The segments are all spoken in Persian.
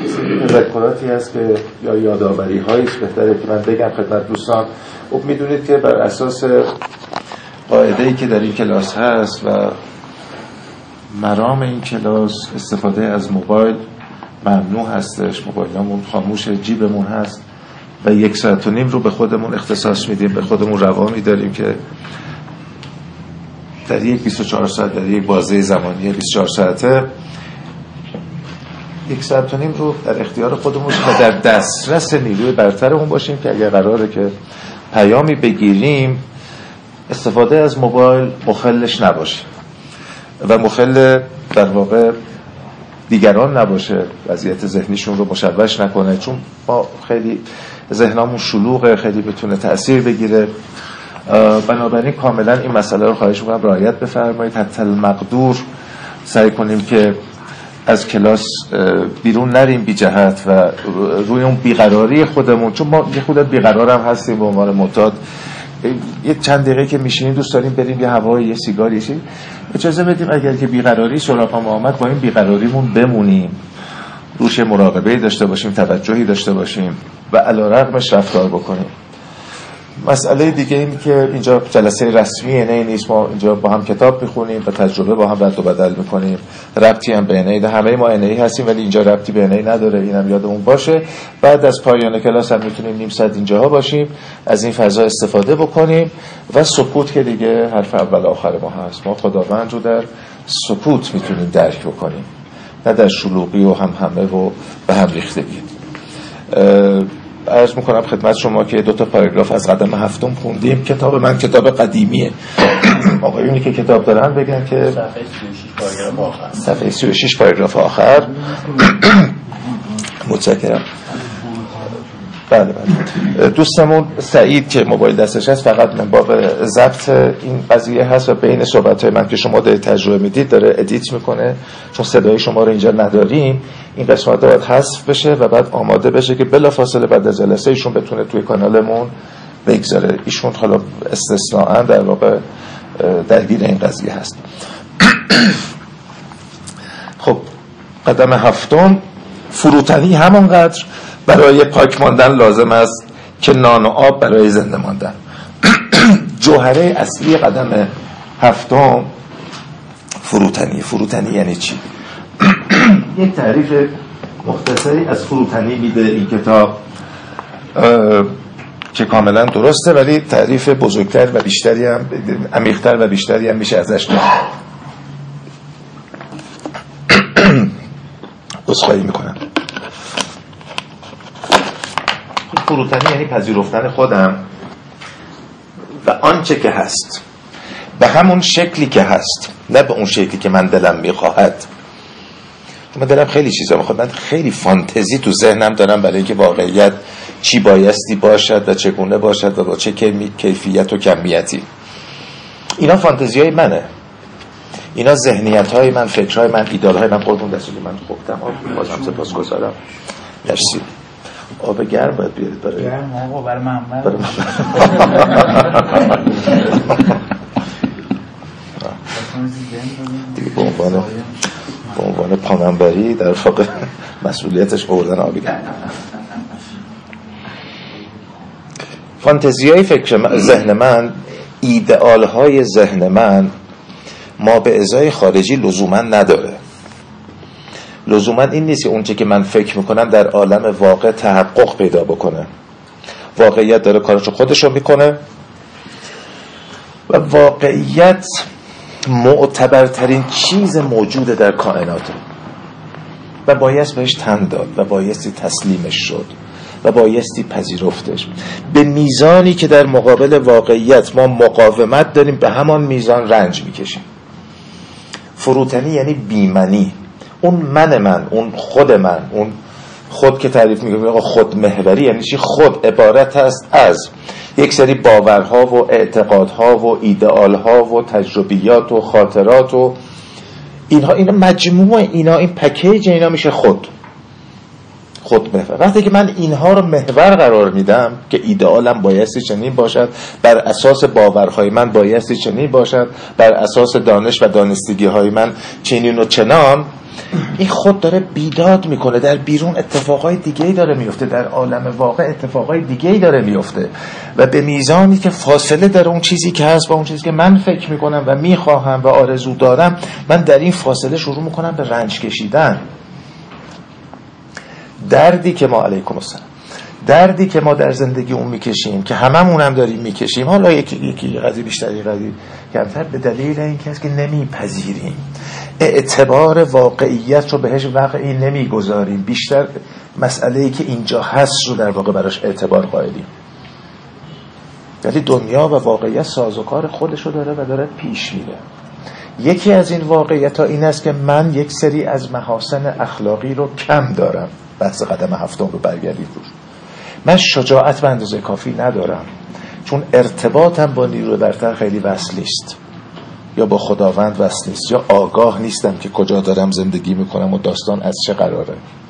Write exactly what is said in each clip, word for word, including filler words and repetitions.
تذکراتی هست که یا یادآوری هایی است بهتره که من بگم خدمت دوستان. خب میدونید که بر اساس قاعده‌ای که در این کلاس هست و مرام این کلاس استفاده از موبایل ممنوع هستش، موبایلمون خاموش، جیبمون هست و یک ساعت و نیم رو به خودمون اختصاص میدیم، به خودمون روا میداریم که در یک بیست و چهار ساعت، در یک بازه زمانی بیست و چهار ساعته یک ساعت و نیم رو در اختیار خودمون و در دسترس نیروی برترمون باشیم که اگر قراره که پیامی بگیریم استفاده از موبایل مخلش نباشه و مخل در واقع دیگران نباشه، وضعیت ذهنیشون رو مشوش نکنه، چون ما خیلی ذهنمون شلوغه، خیلی بتونه تأثیر بگیره. بنابراین کاملا این مسئله رو خواهش می‌کنم رعایت بفرمایید. حتی المقدور سعی کنیم که از کلاس بیرون نریم بی جهت و روی اون بیقراری خودمون، چون ما یه خودت بیقرار هم هستیم به عنوان معتاد، یه چند دقیقه که میشینیم دوست داریم بریم یه هوای یه سیگاری چی، اجازه بدیم اگر که بیقراری سراغ ما آمد با این بیقراریمون بمونیم، روش مراقبه داشته باشیم، توجهی داشته باشیم و علی رغمش رفتار بکنیم. مسئله دیگه این که اینجا جلسه رسمیه نه نیست، ما اینجا با هم کتاب میخونیم و تجربه با هم رد و بدل میکنیم، ربطی هم به انهی، همه ما انهی هستیم ولی اینجا ربطی به انهی نداره، اینم یادمون باشه. بعد از پایان کلاس هم میتونیم نیم ساعت اینجاها باشیم، از این فضا استفاده بکنیم و سکوت که دیگه حرف اول آخر ما هست، ما خداوند رو در سکوت میتونیم درک بکنیم، نه در شلوغی و هم همه و به هم ریختگی. عرض میکنم خدمت شما که دو تا پاراگراف از قدم هفتم خوندیم. کتاب من کتاب قدیمیه، آقایونی که کتاب دارن بگن که صفحه سی و شش پاراگراف آخر. متشکرم. بله بله. دوستمون سعید که موبایل دستش هست فقط من باب ضبط این قضیه هست و بین صحبت‌های من که شما دارید تجربه میدید داره ادیت میکنه، چون صدای شما رو اینجا نداریم، این قسمت باید حذف بشه و بعد آماده بشه که بلافاصله بعد از جلسه ایشون بتونه توی کانالمون بگذاره. ایشون حالا استثناءً در واقع درگیر این قضیه هست. خب قدم هفتم، فروتنی همانقدر برای پاک ماندن لازم است که نان و آب برای زنده ماندن. جوهره اصلی قدم هفتم فروتنی. فروتنی یعنی چی؟ یک تعریف مختصری از فروتنی میده این کتاب که کاملا درسته، ولی تعریف بزرگتر و بیشتری هم عمیق‌تر و بیشتری هم میشه ازش داشت. عذرخواهی میکنم. فروتنی یعنی پذیرفتن خودم و آنچه که هست به همون شکلی که هست، نه به اون شکلی که من دلم میخواهد. من دلم خیلی چیزا میخواد، من خیلی فانتزی تو ذهنم دارم برای اینکه واقعیت چی بایستی باشد و چگونه باشد و با چه کیفیت و کمیتی. اینا فانتزیای منه، اینا ذهنیت‌های من، فکرهای من، ایدال‌های من. قربون دستتون من خوب تمام بازم سپاسگزارم. مرسی. آب گرم باید بیارید برای گرم آقا برای منبع برای دیگه به عنوان به عنوان پامنبری در واقع مسئولیتش آوردن آب گرم. فانتزیای فکر من، ذهن من، ایدئال‌های ذهن من ما به ازای خارجی لزوما نداره. لزوما این نیست که اون چه که من فکر میکنم در عالم واقع تحقق پیدا بکنه. واقعیت داره کارشو خودشو میکنه و واقعیت معتبرترین چیز موجوده در کائنات و بایست بهش تن داد و بایستی تسلیمش شد و بایستی پذیرفتش. به میزانی که در مقابل واقعیت ما مقاومت داریم به همان میزان رنج میکشیم. فروتنی یعنی بیمنی. اون من من، اون خود من، اون خود که تعریف میکنیم آقا خود محوری یعنی چی؟ خود عبارت است از یک سری باورها و اعتقادها و ایدئالها و تجربیات و خاطرات و اینها، اینا مجموعه اینا، این پکیج اینا میشه خود. خود محور. وقتی که من اینها رو محور قرار میدم که ایدئالم بایستی چنین باشد، بر اساس باورهای من بایستی چنین باشد، بر اساس دانش و دانستگی های من چنین و چنان، این خود داره بیداد میکنه، در بیرون اتفاقای دیگه‌ای داره میفته، در عالم واقع اتفاقای دیگه‌ای داره میفته و به میزانی که فاصله داره اون چیزی که هست با اون چیزی که من فکر میکنم و میخواهم و آرزو دارم، من در این فاصله شروع میکنم به رنج کشیدن. دردی که ما علیکم السلام دردی که ما در زندگی اون میکشیم که هممون هم داریم میکشیم، حالا یکی یکی قضیه بیشتر یکی قضیه کمتر، به دلیل اینکه است که نمیپذیریم، اعتبار واقعیت رو بهش واقعی نمیگذاریم، بیشتر مسئله‌ای که اینجا هست رو در واقع براش اعتبار قائلیم. ولی دنیا و واقعیت سازوکار خودش رو داره و داره پیش میره. یکی از این واقعیت ها این است که من یک سری از محاسن اخلاقی رو کم دارم. بحث قدم هفتم رو برگردید روش. من شجاعت به اندازه کافی ندارم، چون ارتباطم با نیروی برتر خیلی وصل نیست، یا با خداوند وصل نیست، یا آگاه نیستم که کجا دارم زندگی میکنم و داستان از چه قراره.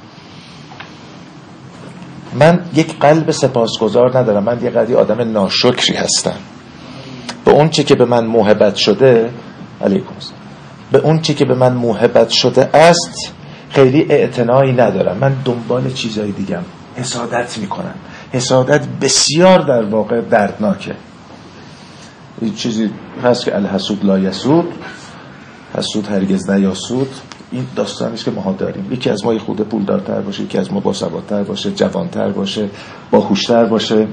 من یک قلب سپاسگزار ندارم، من یک قدری آدم ناشکری هستم. به اون چی که به من موهبت شده علیکم السلام به اون چی که به من موهبت شده است خیلی اعتنایی ندارم. من دنبال چیزای دیگم حسادت میکنم. حسادت بسیار در واقع دردناکه. این چیزی هست که الحسود لا یسود، حسود هرگز نیاسود. این داستانیست که ما داریم، یکی از ما یه خود پولدارتر باشه، یکی از ما باسوادتر باشه، جوانتر باشه، باهوشتر باشه،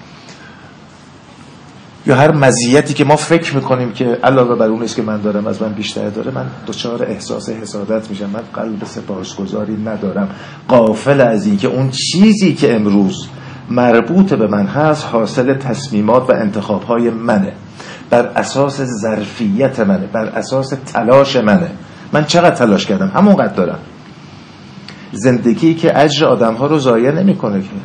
یا هر مزیتی که ما فکر میکنیم که علاوه بر اون است که من دارم از من بیشتر داره، من دچار احساس حسادت میشم. من قلب سپاسگزاری ندارم، غافل از این که اون چیزی که امروز مربوط به من هست حاصل تصمیمات و انتخابهای منه، بر اساس ظرفیت منه، بر اساس تلاش منه. من چقدر تلاش کردم همونقدر دارم. زندگی که اجر آدم‌ها رو ضایع نمی‌کنه که.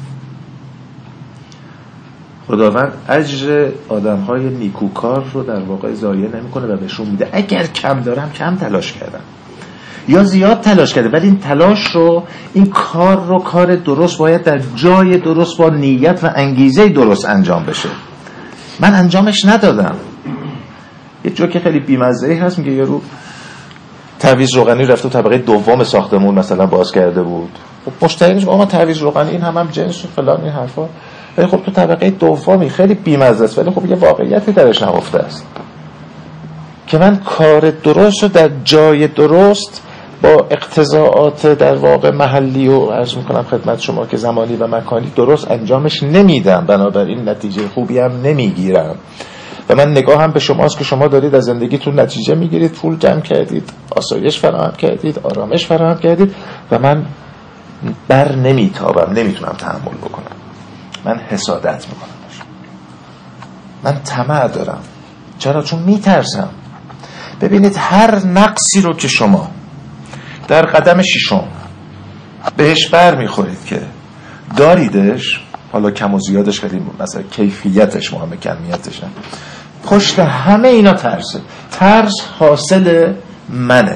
خداوند اجر آدم‌های نیکوکار رو در واقع ضایع نمی‌کنه و بهشون میده. اگر کم دارم کم تلاش کردم یا زیاد تلاش کردم، ولی این تلاش رو، این کار رو، کار درست باید در جای درست با نیت و انگیزه درست انجام بشه. من انجامش ندادم. یه جوک خیلی بی‌مزه‌ای هست، میگه یارو تعویض روغنی رفت و طبقه دوم ساختمون مثلا باز کرده بود. خب مشتریش گفت ما تعویض روغنی این هم هم جنس و فلان این حرفا، ولی خب تو طبقه دومی خیلی بی‌مزه است، ولی خب یه واقعیتی درش نهفته است که من کار درست رو در جای درست با اقتضاعات در واقع محلی و عرض میکنم خدمت شما که زمانی و مکانی درست انجامش نمیدم، بنابراین نتیجه خوبی هم نمیگیرم. و من نگاهم به شماست که شما دارید از زندگیتون نتیجه میگیرید، پول جمع کردید، آسایش فراهم کردید، آرامش فراهم کردید و من بر نمیتابم، نمیتونم تحمل بکنم. من حسادت میکنم، من طمع دارم. چرا؟ چون میترسم. ببینید هر نقصی رو که شما در قدم ششم بهش بر میخورید که داریدش، حالا کم و زیادش خیلی مثلا کیفیتش مهمه، کمیتش نه، پشت همه اینا ترسه. ترس حاصل منه،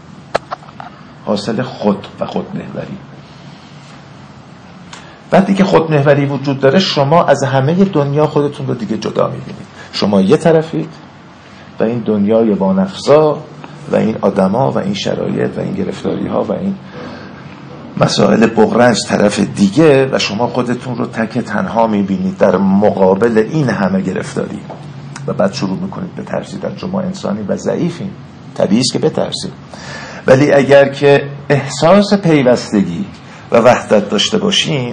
حاصل خود و خودمحوری. وقتی که خودمحوری وجود داره، شما از همه دنیا خودتون رو دیگه جدا میبینید. شما یه طرفید و این دنیای بانفسا و این آدما و این شرایط و این گرفتاری ها و این مسائل بغرنج طرف دیگه، و شما خودتون رو تک تنها میبینید در مقابل این همه گرفتاری و بعد شروع میکنید به ترسیدن. شما انسانی و ضعیفین، طبیعی است که بترسید. ولی اگر که احساس پیوستگی و وحدت داشته باشیم،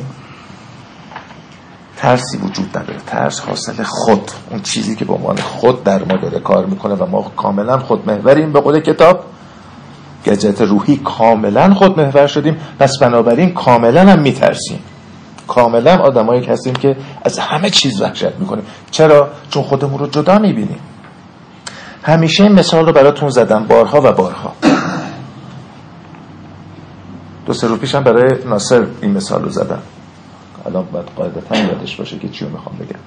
ترسی وجود نداره. ترس حاصل خود، اون چیزی که به عنوان خود در ما داره کار میکنه و ما کاملا خودمحوریم. به قول کتاب گجت روحی کاملا خودمحور شدیم، پس بنابراین کاملا هم میترسیم. کاملا آدمایی هستیم که از همه چیز وحشت میکنیم. چرا؟ چون خودمون رو جدا میبینیم. همیشه این مثال رو براتون زدم بارها و بارها. دو سه روز پیشم برای ناصر این مثال رو زدم. الان باید قاعدتا یادش باشه که چی رو میخوام بگم.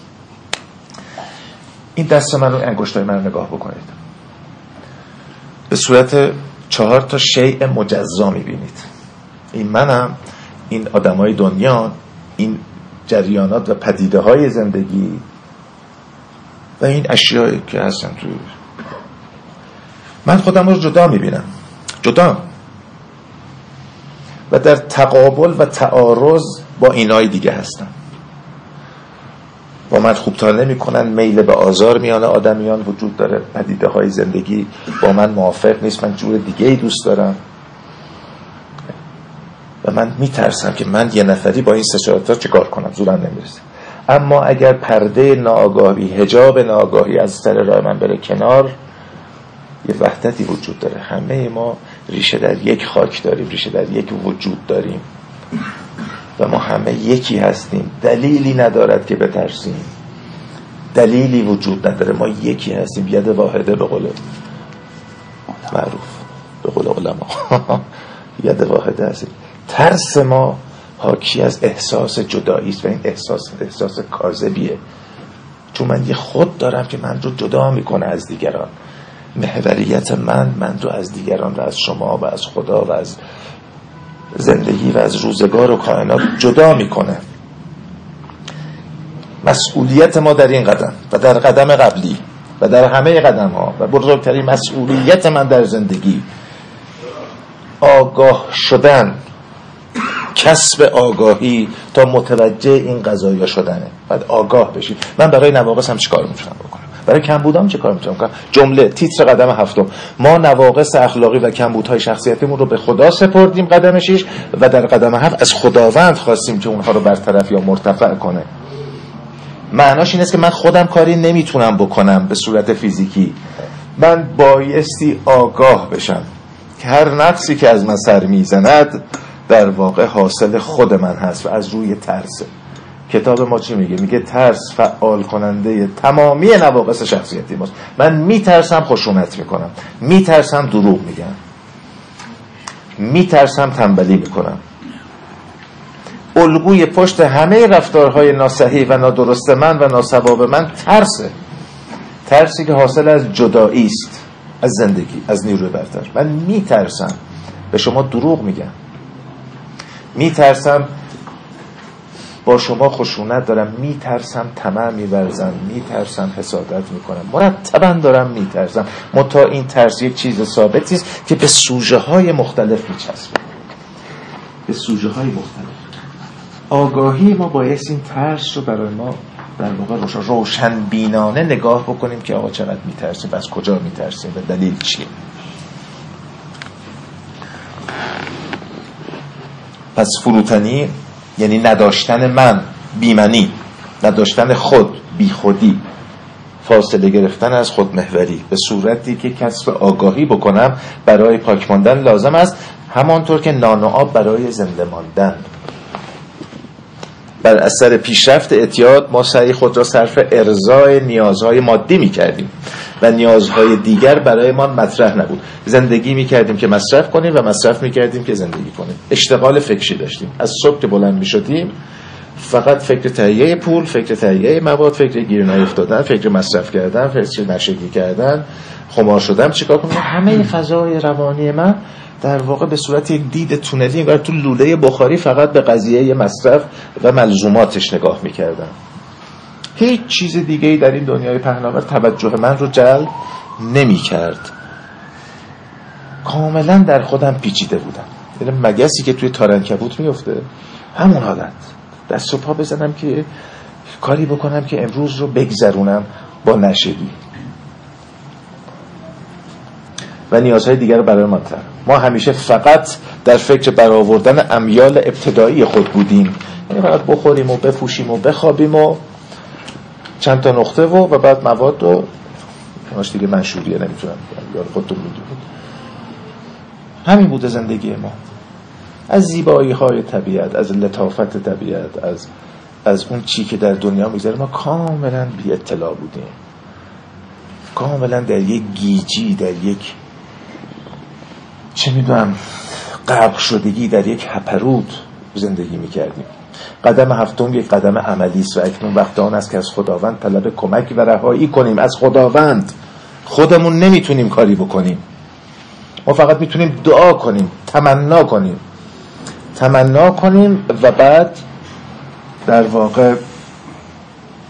این دست من رو، انگشتای من رو نگاه بکنید. به صورت چهار تا شیء مجزا میبینید. این منم، این آدمای دنیا، این جریانات و پدیده های زندگی و این اشیایی که هستن توی. من خودم رو جدا میبینم، جدا. و در تقابل و تعارض با اینای دیگه هستم. با من خوبتر نمی کنن، میل به آزار میان آدمیان وجود داره، پدیده های زندگی با من موافق نیست، من جور دیگه ای دوست دارم و من میترسم که من یه نفری با این سه چهار تا چیکار کنم، زورم نمیرسه. اما اگر پرده ناآگاهی، حجاب ناآگاهی از سر راه من بره کنار، یه وحدتی وجود داره. همه ما ریشه در یک خاک داریم، ریشه در یک وجود داریم و ما همه یکی هستیم. دلیلی ندارد که بترسیم، دلیلی وجود نداره، ما یکی هستیم، ید واحده به قول معروف، به قول علما ید واحده هستیم. ترس ما حاکی از احساس جدایی است و این احساس احساس کاذبیه، چون من یه خود دارم که من رو جدا میکنه از دیگران. محوریت من من رو از دیگران و از شما و از خدا و از زندگی و از روزگار و کائنات جدا میکنه. مسئولیت ما در این قدم و در قدم قبلی و در همه قدم ها و بزرگترین مسئولیت من در زندگی، آگاه شدن، کسب آگاهی تا متوجه این قضایا شدنه. بعد آگاه بشید. من برای نواقص هم چیکار میتونم بکنم؟ برای کمبودام چه کار میتونم کنم؟ جمله تیتر قدم هفتم: ما نواقص اخلاقی و کمبودهای شخصیتیمون رو به خدا سپردیم. قدم شش: و در قدم هفت از خداوند خواستیم که اونها رو برطرف یا مرتفع کنه. معناش این است که من خودم کاری نمیتونم بکنم به صورت فیزیکی، من بایستی آگاه بشم که هر نقصی که از من سر میزند در واقع حاصل خود من هست و از روی ترسه. کتاب ما چی میگه؟ میگه ترس فعال کننده تمامی نواقص شخصیتی ماست. من میترسم خشونت میکنم، میترسم دروغ میگم، میترسم تنبلی میکنم. الگوی پشت همه رفتارهای ناصحیح و نادرست من و ناصواب من ترسه. ترسی که حاصل از جدایی است از زندگی، از نیروی برتر. من میترسم به شما دروغ میگم، میترسم با شما خشونت دارم، میترسم طمع می‌ورزم، میترسم حسادت میکنم، مرتبا دارم میترسم. متا این ترس یک چیز ثابتی است که به سوژه های مختلف میچسبه، به سوژه های مختلف. آگاهی ما باید این ترس رو برای ما در واقع روشن, روشن بینانه نگاه بکنیم که آقا چقدر میترسیم، از کجا میترسیم و دلیل چیه. پس فروتنی یعنی نداشتن من، بیمنی، نداشتن خود، بی خودی، فاصله گرفتن از خودمحوری به صورتی که کسب آگاهی بکنم برای پاک ماندن لازم است، همانطور که نان و آب برای زنده ماندن. بر اثر پیشرفت اعتیاد ما سعی خود را صرف ارضای نیازهای مادی می کردیم و نیازهای دیگر برای ما مطرح نبود. زندگی می کردیم که مصرف کنیم و مصرف می کردیم که زندگی کنیم. اشتغال فکری داشتیم. از صبح که بلند می شدیم فقط فکر تهیه پول، فکر تهیه مواد، فکر گیر نیفتادن، فکر مصرف کردن، فکر نشگی کردن، خمار شدن، چیکار کنم. همه فضای روانی من در واقع به صورت یک دید تونلی انگار تو لوله بخاری فقط به قضیه مصرف و ملزوماتش نگاه میکردم. هیچ چیز دیگه‌ای در این دنیای پهناور توجه من رو جلب نمیکرد. کاملا در خودم پیچیده بودم. یعنی مگسی که توی تارنکبوت میفته، همون حالت. دست و پا بزنم که کاری بکنم که امروز رو بگذرونم با نشگی و نیازهای دیگر رو برای ما تر. ما همیشه فقط در فکر برآوردن امیال ابتدایی خود بودیم، یعنی فقط بخوریم و بپوشیم و بخوابیم و چند تا نقطه و و بعد مواد و همش دیگه منشوریه نمیتونم بگم، خودتون میدونید. همین بوده زندگی ما. از زیبایی های طبیعت، از لطافت طبیعت، از از اون چی که در دنیا میگذره ما کاملا بی اطلاع بودیم، کاملا در یک گیجی، در یک چه میدونم غرق شدگی، در یک هپرود زندگی میکردیم. قدم هفتم یک قدم عملی است و اکنون وقت آن است که از خداوند طلب کمک و رهایی کنیم. از خداوند. خودمون نمیتونیم کاری بکنیم، ما فقط میتونیم دعا کنیم، تمنا کنیم تمنا کنیم و بعد در واقع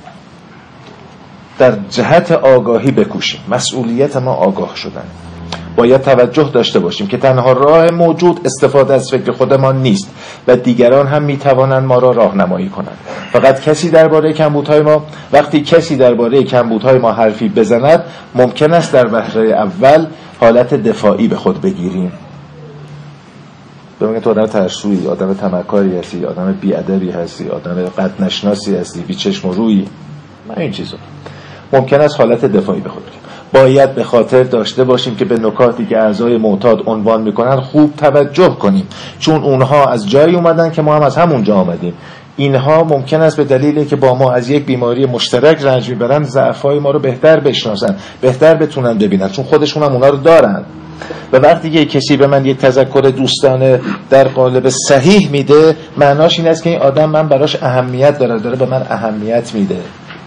در جهت آگاهی بکوشیم. مسئولیت ما آگاه شدن. باید توجه داشته باشیم که تنها راه موجود استفاده از فکر خودمان نیست و دیگران هم میتوانند ما را راهنمایی کنند. فقط کسی درباره کمبودهای ما وقتی کسی درباره کمبودهای ما حرفی بزند ممکن است در وهله اول حالت دفاعی به خود بگیریم. ببینید تو آدم ترسویی، آدم تمکاری هستی، آدم بی‌ادبی هستی، آدم قد نشناسی هستی، بی چشم و رویی، من این چیزا ممکن است حالت دفاعی به خود بگیریم. باید به خاطر داشته باشیم که به نکاتی که اعضای معتاد عنوان میکنن خوب توجه کنیم، چون اونها از جایی اومدن که ما هم از همون جا آمدیم. اینها ممکن است به دلیلی که با ما از یک بیماری مشترک رنج میبرن ضعف‌های ما رو بهتر بشناسن، بهتر بتونن ببینن، چون خودشون هم اونا رو دارن. و وقتی یک کسی به من یک تذکر دوستانه در قالب صحیح میده، معناش این است که این آدم من براش اهمیت داره، داره به من اهمیت میده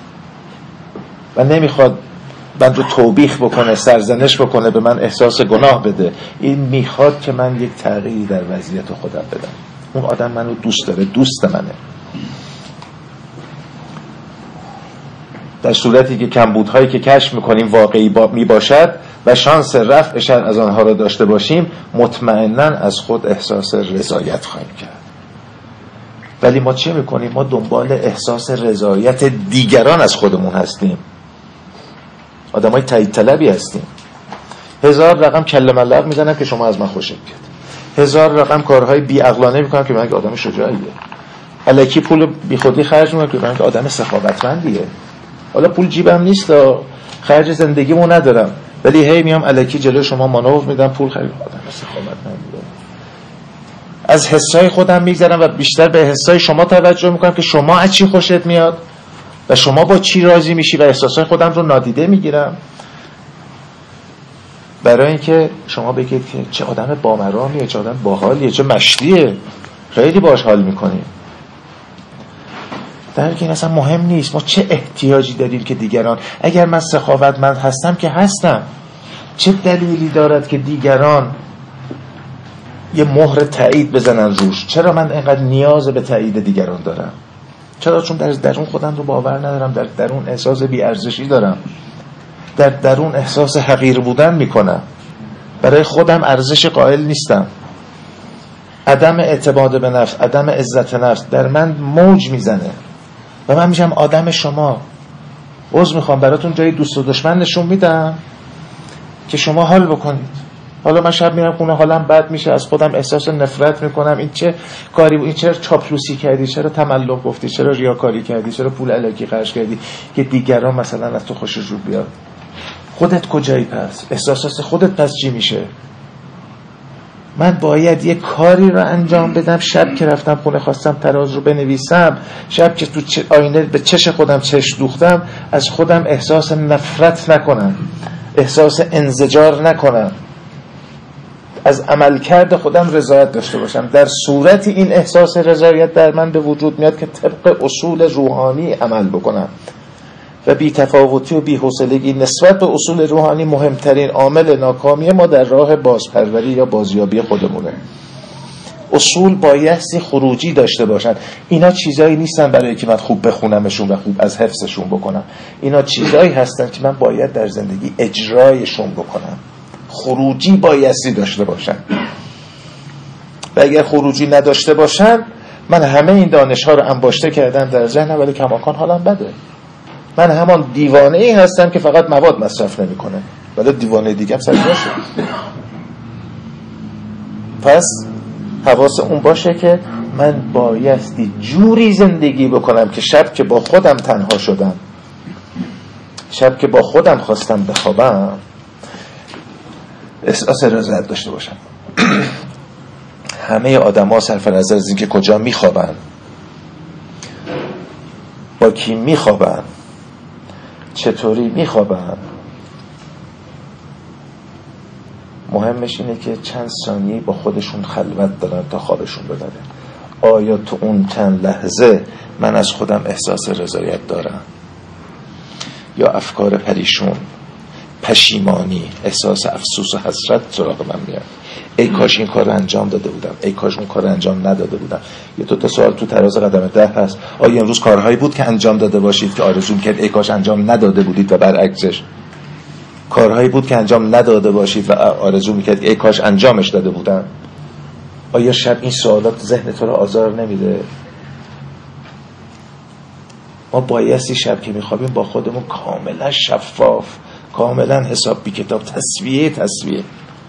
و نمیخواد من رو توبیخ بکنه، سرزنش بکنه، به من احساس گناه بده. این میخواد که من یک تغییری در وضعیت خودم بدم. اون آدم منو دوست داره، دوست منه. در صورتی که کمبودهایی که کشف میکنیم واقعی با میباشد و شانس رفعش از آنها را داشته باشیم، مطمئناً از خود احساس رضایت خواهیم کرد. ولی ما چه میکنیم؟ ما دنبال احساس رضایت دیگران از خودمون هستیم. آدم های تایید طلبی هستیم. هزار رقم کله ملق میزنن که شما از من خوشت بیاد، هزار رقم کارهای بی عقلانه میکنم که من آدم شجاعیه، الکی پول بی خودی خرج میکنم که من آدم سخاوتمندیه. حالا پول جیبم نیست، خرج زندگیمو ندارم، ولی هی میام الکی جلوی شما مانور میدم پول خرید. آدم سخاوتمندیه. از حسای خودم میگذرم و بیشتر به حسای شما توجه میکنم که شما از چی خوشت میاد و شما با چی راضی میشی و احساسای خودم رو نادیده میگیرم، برای اینکه شما بگید که چه آدم بامرامیه، چه آدم باحالیه، چه مشتیه، خیلی باش حال میکنیم. در حالی که این اصلا مهم نیست. ما چه احتیاجی داریم که دیگران، اگر من سخاوتمند هستم که هستم، چه دلیلی دارد که دیگران یه مهر تایید بزنن روش؟ چرا من اینقدر نیاز به تایید دیگران دارم؟ چرا؟ چون در درون خودم رو باور ندارم، در درون احساس بی‌ارزشی دارم، در درون احساس حقیر بودن میکنم، برای خودم ارزش قائل نیستم، عدم اعتماد به نفس، عدم عزت نفس در من موج میزنه و من میشم آدم شما. عذر میخوام براتون جای دوست و دشمن نشون میدم که شما حال بکنید. حالا من شب میرم خونه حالم بد میشه، از خودم احساس نفرت میکنم، این چه کاری بود، این چرا چاپلوسی کردی، چرا تملق گفتی، چرا ریاکاری کردی، چرا پول الکی خرج کردی که دیگران مثلا از تو خوششون بیاد. خودت کجایی پس؟ احساسات خودت پس چی میشه؟ من باید یه کاری رو انجام بدم. شب که رفتم خونه خواستم تراز رو بنویسم، شب که تو آینه به چش خودم چشم دوختم، از خودم احساس نفرت نکنم، احساس انزجار نکنم، از عملکرد خودم رضایت داشته باشم. در صورتی این احساس رضایت در من به وجود میاد که طبق اصول روحانی عمل بکنم و بی تفاوتی و بی حوصلگی نسبت به اصول روحانی مهمترین عامل ناکامی ما در راه بازپروری یا بازیابی خودمونه. اصول بایستی خروجی داشته باشن. اینا چیزایی نیستن برای که من خوب بخونمشون و خوب از حفظشون بکنم. اینا چیزایی هستن که من باید در زندگی اجرایشون بکنم. خروجی بایستی داشته باشن و اگر خروجی نداشته باشن، من همه این دانش ها رو انباشته کردم در ذهنم ولی کماکان حالم بده. من همان دیوانه ای هستم که فقط مواد مصرف نمی کنه، ولی دیوانه دیگه هم سرجا شد. پس حواس اون باشه که من بایستی جوری زندگی بکنم که شب که با خودم تنها شدم، شب که با خودم خواستم بخوابم، احساس رضایت داشته باشم. همه آدم ها سرفراز از این که کجا میخوابن، با کی میخوابن، چطوری میخوابن، مهمش اینه که چند ثانیه با خودشون خلوت دارن تا خوابشون ببره. آیا تو اون چند لحظه من از خودم احساس رضایت دارم یا افکار پریشون، پشیمانی، احساس افسوس و حسرت سراغ من میاد؟ ای کاش این کار رو انجام داده بودم، ای کاش اون کار رو انجام نداده بودم. یه دو تا سوال تو تراز قدم ده هست. آیا امروز کارهایی بود که انجام داده باشید که آرزو می‌کرد ای کاش انجام نداده بودید و برعکسش؟ کارهایی بود که انجام نداده باشید و آرزو میکرد ای کاش انجامش داده بودم؟ آیا شب این سوالات ذهن تو رو آزار نمیده؟ ما بایستی شب که میخوابیم با خودمون کاملا شفاف، کاملا حساب بی کتاب، تسویه تسویه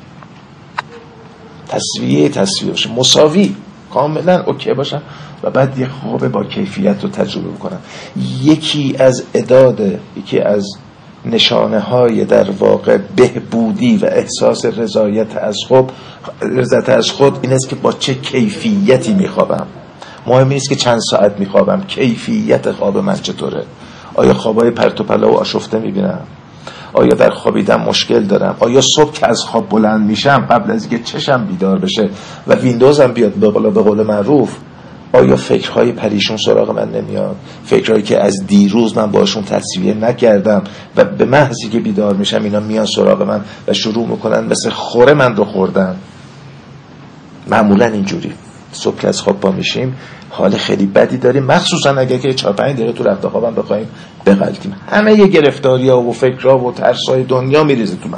تسویه تسویه باشه، مساوی، کاملا اوکی باشم و بعد یه خواب با کیفیت رو تجربه کنم. یکی از اعداد، یکی از نشانه های در واقع بهبودی و احساس رضایت از خود رضایت از خود این است که با چه کیفیتی میخوابم. مهم نیست که چند ساعت میخوابم، کیفیت خواب من چطوره. آیا خوابای پرت و پلا و آشفته میبینم؟ آیا در خوابیدن مشکل دارم؟ آیا صبح که از خواب بلند میشم قبل از اینکه چشم بیدار بشه و ویندوزم بیاد به قول به قول معروف، آیا فکرهای پریشون سراغ من نمیاد؟ فکرهایی که از دیروز من باشون تصویه نکردم و به محضی که بیدار میشم اینا میان سراغ من و شروع میکنن مثل خوره من رو خوردن. معمولا اینجوری صبح که از خواب پا میشیم حال خیلی بدی داریم، مخصوصا اگر که چهار پنج دقیقه تو رفت خوابم بخوایم بغلتیم. همه یه گرفتاری‌ها و فکرها و ترس‌های دنیا میریزه تو من.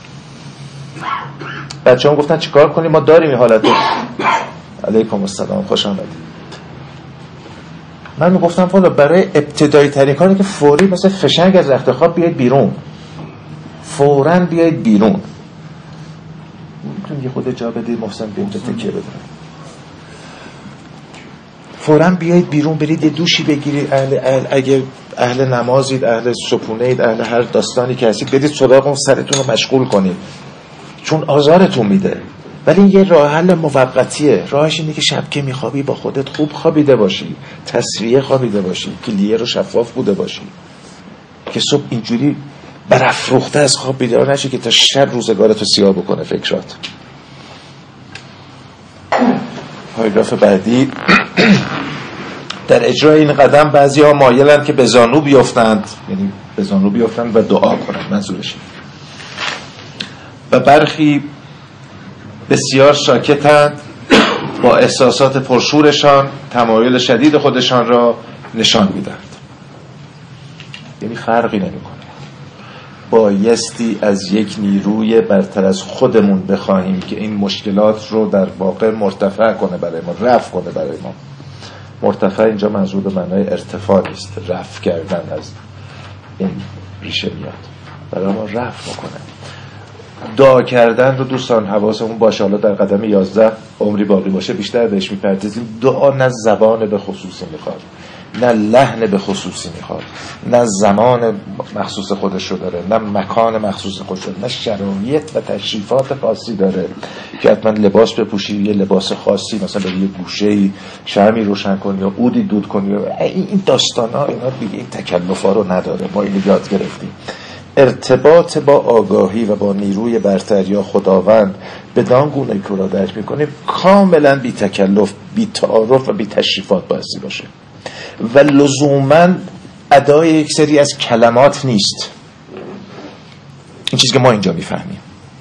بچه‌ها گفتن چیکار کنیم؟ ما داریم این حالت رو. علیکم السلام، خوش آمدید. من میگفتم والا برای ابتدایی ترین کاری که فوری مثل فشنگ از رخت خواب بیاید بیرون، فوراً بیاید بیرون. میتونم یه خود جا بدید محسن بیاید تکیه بدم. فوراً بیایید بیرون، برید یه دوشی بگیرید، اهل اهل اگه اهل نمازید، اهل سپونه اید، اهل هر داستانی که هستید، بدید سراغ اون، سرتون رو مشغول کنید چون آزارتون میده. ولی یه راه حل موقتیه. راهش اینه که شب که میخوابی با خودت خوب خوابیده باشی، تسویه خوابیده باشی، کلیه رو شفاف بوده باشی که صبح اینجوری برافروخته از خواب بیدار نشی که تا شب روزگارتو سیاه بکنه فکرات. پاراگراف بعدی. در اجرای این قدم بعضی ها مایلند که به زانو بیفتند، یعنی به زانو بیفتند و دعا کنند، منظورش، و برخی بسیار ساکتند، با احساسات پرشورشان تمایل شدید خودشان را نشان میدهند. یعنی فرقی نمیکنه. بایستی از یک نیروی برتر از خودمون بخواهیم که این مشکلات رو در واقع مرتفع کنه برای ما، رفع کنه برای ما. مرتفع اینجا منظور به معنای ارتفاع نیست، رفع کردن از این ریشه میاد، برای ما رفع میکنه. دعا کردن رو دوستان حواسمون باشه. حالا در قدم یازده عمری باقی باشه بیشتر بهش میپردازیم. دعا نه زبان به خصوصی میخواد، نه لحن به خصوصی میخواد، نه زمان مخصوص خودش رو داره، نه مکان مخصوص خودش رو، نه شرایط و تشریفات خاصی داره که حتما لباس بپوشی، یه لباس خاصی مثلا به یه گوشه‌ای شمعی روشن کنی یا عودی دود کنی. این داستانا اینا دیگه این تکلفا رو نداره. ما اینو یاد گرفتیم. ارتباط با آگاهی و با نیروی برتر یا خداوند بدان گونه که را درک میکنیم کاملا بی تکلف، بی تعارف و بی تشریفات بایستی باشه و لزوما ادای یک سری از کلمات نیست. این چیزی که ما اینجا میفهمیم.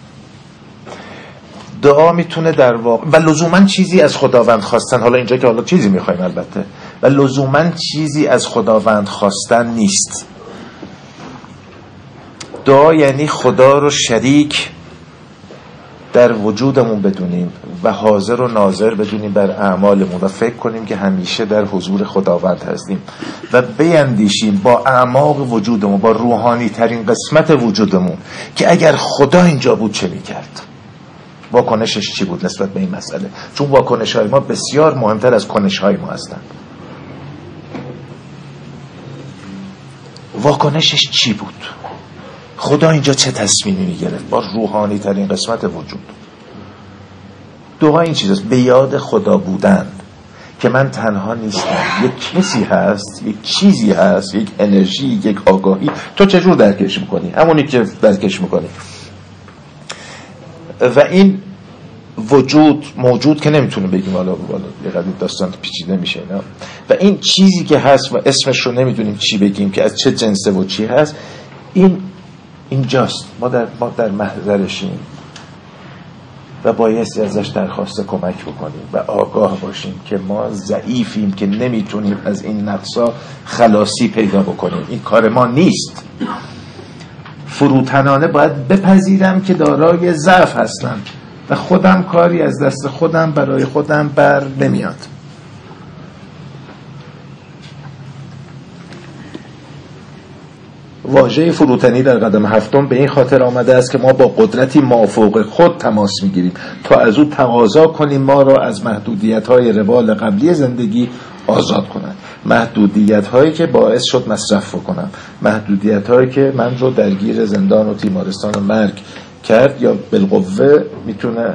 دعا میتونه در واقع و لزوما چیزی از خداوند خواستن، حالا اینجا که حالا چیزی میخوایم البته، و لزوما چیزی از خداوند خواستن نیست. دعا یعنی خدا رو شریک در وجودمون بدونیم و حاضر و ناظر بدونیم بر اعمالمون و فکر کنیم که همیشه در حضور خداوند هستیم و بیندیشیم با اعماق وجودمون، با روحانی ترین قسمت وجودمون که اگر خدا اینجا بود چه میکرد، واکنشش چی بود نسبت به این مسئله. چون واکنش های ما بسیار مهمتر از کنش های ما هستن. واکنشش چی بود؟ خدا اینجا چه تصمیمی میگرفت با روحانی ترین قسمت وجود؟ دعا این چیزست، به یاد خدا بودن که من تنها نیستم، یک کسی هست، یک چیزی هست، یک انرژی، یک آگاهی. تو چجور درکش میکنی؟ همونی که درکش میکنی. و این وجود موجود که نمیتونیم بگیم، حالا بالا یه قدر داستان پیچیده میشه اینا. و این چیزی که هست و اسمش رو نمیدونیم چی بگیم که از چه جنسه و چی هست، این اینجاست. ما در ما در محضرشیم و بایستی ازش درخواست کمک بکنیم و آگاه باشیم که ما ضعیفیم که نمیتونیم از این نقصا خلاصی پیدا بکنیم. این کار ما نیست. فروتنانه باید بپذیرم که دارای ضعف هستم و خودم کاری از دست خودم برای خودم بر نمیاد. واژه فروتنی در قدم هفتم به این خاطر آمده است که ما با قدرتی مافوق خود تماس میگیریم تا از او تقاضا کنیم ما را از محدودیت‌های روال قبلی زندگی آزاد کنند. محدودیت‌هایی که باعث شد مصرف کنم، محدودیت‌هایی که من رو درگیر زندان و تیمارستان و مرگ کرد یا بالقوه میتونه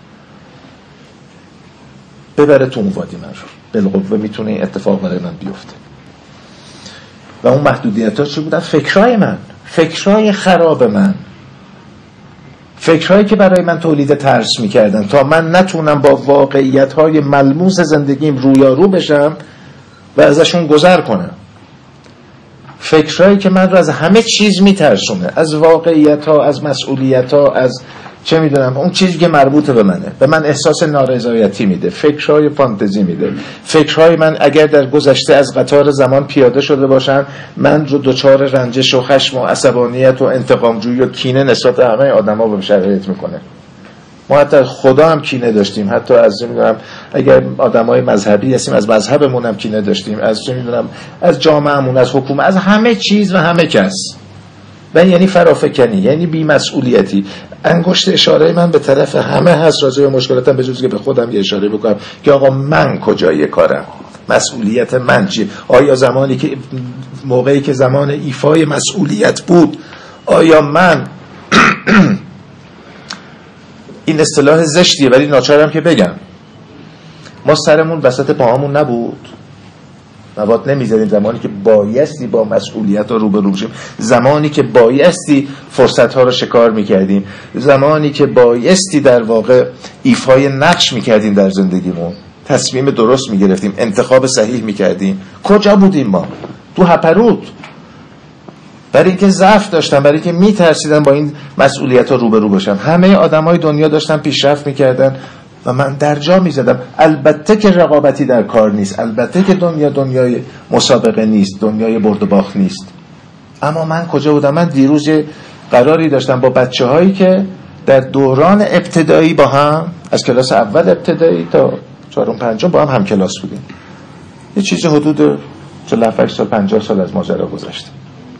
ببره تو اون وادی من رو، بالقوه میتونه این اتفاق برای من بیفته. و اون محدودیت‌ها چی بودن؟ فکرهای من، فکرهای خراب من، فکرهایی که برای من تولید ترس میکردن تا من نتونم با واقعیت‌های ملموس زندگیم رویارو بشم و ازشون گذر کنم. فکرهایی که من رو از همه چیز میترسونه، از واقعیت‌ها، از مسئولیت‌ها، از چه میدونم اون چیزی که مربوط به منه، به من احساس نارضایتی میده، فکرهای فانتزی میده، فکرهای من اگر در گذشته از قطار زمان پیاده شده باشن من رو دچار رنجش و خشم و عصبانیت و انتقامجویی و کینه نسبت به همه آدما به شرایط میکنه. ما حتی خدا هم کینه داشتیم، حتی از میدونم اگر آدمای مذهبی هستیم از مذهبمون هم کینه داشتیم، از چه میدونم از جامعهمون، از حکومت، از همه چیز و همه کس. و یعنی فرافکنی، یعنی بی‌مسئولیتی. انگشت اشاره من به طرف همه هست راجع به مشکلاتم، به جز که به خودم یه اشاره بکنم که آقا من کجای کارم، مسئولیت من چیه؟ آیا زمانی که موقعی که زمان ایفای مسئولیت بود آیا من این اصطلاح زشتیه ولی ناچارم که بگم، ما سرمون وسط پاهامون نبود، نبات نمیزدیم زمانی که بایستی با مسئولیت ها روبرو بشیم، زمانی که بایستی فرصت ها رو شکار میکردیم، زمانی که بایستی در واقع ایفای نقش میکردیم در زندگیمون، تصمیم درست میگرفتیم، انتخاب صحیح میکردیم. کجا بودیم ما؟ تو هپرود. برای اینکه ضعف داشتم، برای اینکه میترسیدم با این مسئولیت ها روبرو بشم. همه آدمای دنیا داشتن پیشرفت میکردن و من در جا میزدم. البته که رقابتی در کار نیست، البته که دنیا دنیای مسابقه نیست، دنیای برد و باخت نیست، اما من کجا بودم؟ من دیروز قراری داشتم با بچه هایی که در دوران ابتدایی با هم، از کلاس اول ابتدایی تا چهارم پنجم با هم هم کلاس بودیم. یه چیز حدود چهل و هفت سال پنجاه سال از ماجرا گذشته.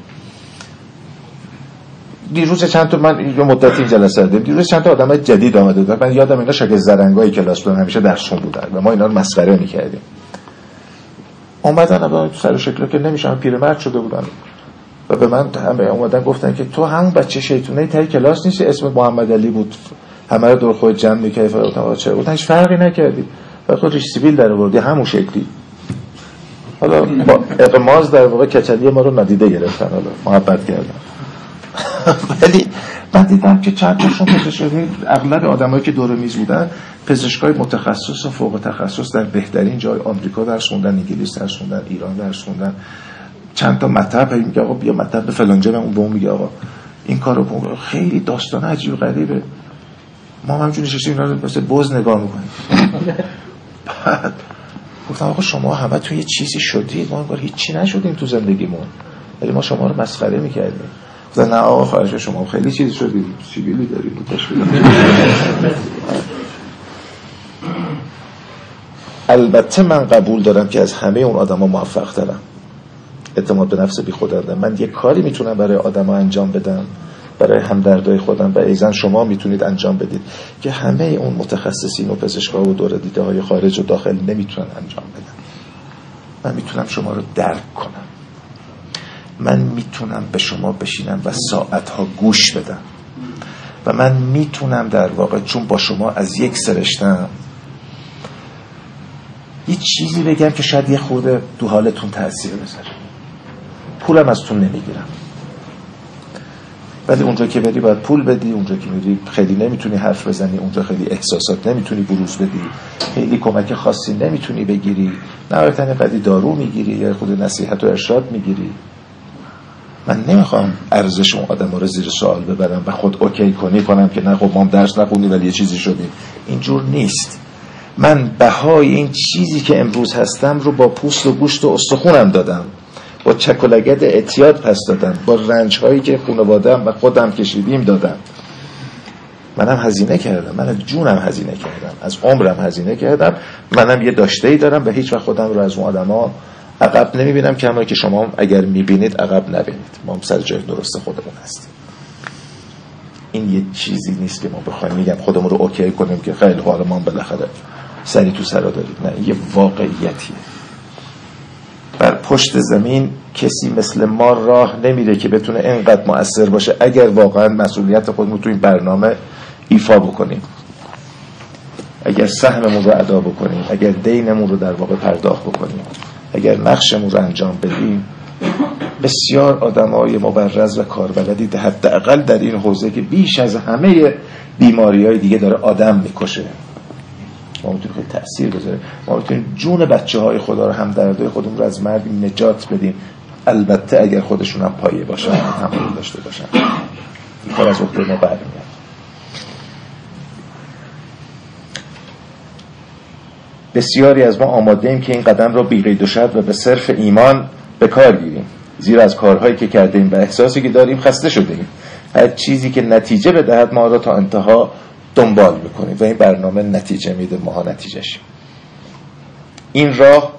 دیروز چند تا من یه مدت این جلسه دیدم، دیروز چند تا آدم جدید آمده بودن. من یادم اینا شاگرد زرنگای کلاس بودن، همیشه درسشون بودن و ما اینا رو مسخره می‌کردیم. اومدن اما سر و شکل که نمیشن، پیرمرد شده بودن و به من همه اومدن گفتن که تو همون بچه شیطونه تای کلاس نیستی، اسم محمد علی بود، همه رو دور خود جمع می‌کردی. گفتم چرا؟ گفتن هیچ فرقی نکردی، فقط خودش سیبیل در آوردی همون شکلی. حالا با اقماز در واقع کچلی ما رو نادیده گرفتن، حالا محبت کردن. ولی من دیدم که چند تاشون پزشکای، اغلب آدمایی که دور میز بودن پزشکای متخصص و فوق تخصص در بهترین جای آمریکا درس خوندن، انگلیس درس خوندن، ایران درس خوندن. چند تا مطلب میگه آقا بیا مطلب به فلان جا، اون به اون میگه آقا این کارو کن. خیلی داستان عجیب و غریبه. ما همونجوری نشستیم اینا رو مثل بز نگاه میکنیم. بعد گفتم آقا شما همه تو یه چیزی شدید، ما انگار هیچی نشدیم تو زندگیمون، ولی ما شما رو مسخره میکردیم. نه آقا خواهش شما خیلی چیز شدید، سیبیلی دارید تشکیل. البته من قبول دارم که از همه اون آدما موفق ترم، اعتماد به نفس بی خود دارم. من یه کاری میتونم برای آدما انجام بدم، برای همدردای خودم و ایزن شما میتونید انجام بدید که همه اون متخصصین و پزشکا و دور دیده های خارج و داخل نمیتونن انجام بدن. من میتونم شما رو درک کنم، من میتونم به شما بشینم و ساعتها گوش بدم و من میتونم در واقع چون با شما از یک سرشتم یه چیزی بگم که شاید یه خورده تو حالتون تأثیر بذاره. پولم از تون نمیگیرم، ولی اونجا که بری باید پول بدی، اونجا که میری خیلی نمیتونی حرف بزنی، اونجا خیلی احساسات نمیتونی بروز بدی، خیلی کمک خاصی نمیتونی بگیری، نهایتاً قدی دارو میگیری یا خود نصیحت و ارشاد میگیری. من نمیخوام ارزش اون آدم رو زیر سوال ببرم و خود اوکی کنی کنم که نه خب ما هم درس نخونی ولی یه چیزی شدیم. اینجور نیست. من بهای این چیزی که امروز هستم رو با پوست و گوشت و استخونم دادم با چک و لگد اعتیاد پس دادن، با رنج هایی که خانواده‌ام و خودم کشیدیم دادن. منم هزینه کردم، من از جونم هزینه کردم، از عمرم هزینه کردم. منم یه داشته‌ای دارم و هیچ وقت خودم رو از اون آدما عقب نمیبینم، کما که شما اگر میبینید عقب نبینید. ما هم سر جای درست خودمون هستیم. این یه چیزی نیست که ما بخوایم میگم خودمون رو اوکی کنیم که خیلی حالا ما بالاخره سری تو سرا داریم. نه، یه واقعیتیه. بر پشت زمین کسی مثل ما راه نمیره که بتونه اینقدر مؤثر باشه اگر واقعا مسئولیت خودمون تو این برنامه ایفا بکنیم، اگر سهممون رو ادا بکنیم، اگر دینمون رو در واقع پرداخت بکنیم، اگر نقشمون رو انجام بدیم. بسیار آدمای مبرز و کاربلدی حداقل در این حوزه که بیش از همه بیماری‌های دیگه داره آدم میکشه. ما میتونیم خیلی تأثیر بذاریم. ما میتونیم جون بچه‌های خدا رو، هم دردای خودمون رو از مرگ نجات بدیم، البته اگر خودشون هم پایه باشن، تمایل داشته باشن. این کار از عهده ما برمیاد. بسیاری از ما آماده ایم که این قدم را بی قید و شرط و به صرف ایمان به کار گیریم، زیرا از کارهایی که کردیم و احساسی که داریم خسته شده ایم. هر چیزی که نتیجه بدهد ما را تا انتها دنبال میکنیم و این برنامه نتیجه میده، ماها نتیجه شیم. این راه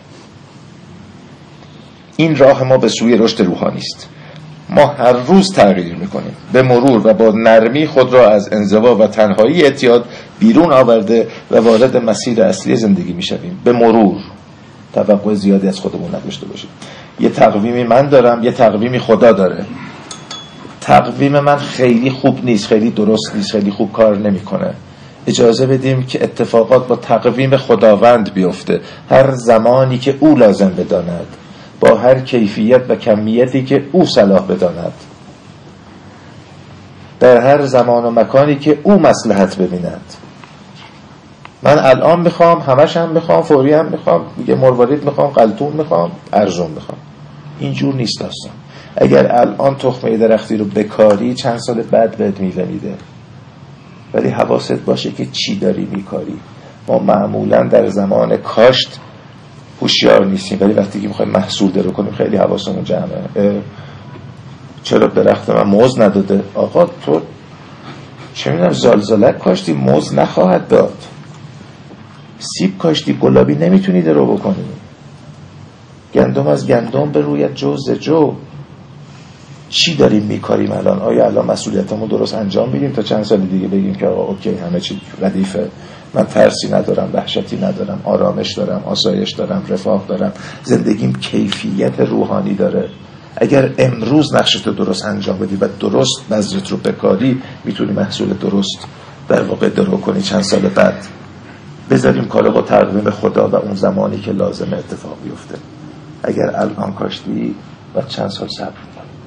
این راه ما به سوی رشد روحانی است. ما هر روز تغییر میکنیم، به مرور و با نرمی خود را از انزوا و تنهایی اعتیاد بیرون آورده و وارد مسیر اصلی زندگی میشویم. به مرور، توقع زیادی از خودمون نداشته باشیم. یه تقویمی من دارم، یه تقویمی خدا داره. تقویم من خیلی خوب نیست، خیلی درست نیست، خیلی خوب کار نمیکنه. اجازه بدیم که اتفاقات با تقویم خداوند بیفته، هر زمانی که او لازم بداند، با هر کیفیت و کمیتی که او صلاح بداند، در هر زمان و مکانی که او مصلحت ببیند. من الان میخوام، همش هم میخوام، فوری هم میخوام، میگه مروارید میخوام، قلتون میخوام، ارزون میخوام. اینجور نیست داستان. اگر الان تخمه درختی رو بکاری چند سال بعد بهت میوه میده، ولی حواست باشه که چی داری میکاری. ما معمولا در زمان کاشت هوشیار نیستیم، ولی وقتی که میخوایم محصول درو کنیم خیلی حواسمون جمعه. چرا درخت من موز نداده؟ آقا تو چه میدونم زلزلک کاشتی، موز نخواهد داد. سیب کاشتی، گلابی نمیتونی درو بکنی. گندم از گندم به رویت، جو ز جو. چی داریم میکاریم الان؟ آیا الان مسئولیتمون درست انجام میدیم تا چند سال دیگه بگیم که آقا اوکی همه چی ردیفه، من ترسی ندارم، وحشتی ندارم، آرامش دارم، آسایش دارم، رفاه دارم، زندگیم کیفیت روحانی داره. اگر امروز نقشتو درست انجام بدی و درست بذرت رو بکاری، میتونی محصول درست در واقع درو کنی چند سال بعد. بذاریم کارو با تقویم خدا و اون زمانی که لازمه اتفاق بیفته. اگر الان کاشتی و چند سال صبر کنی.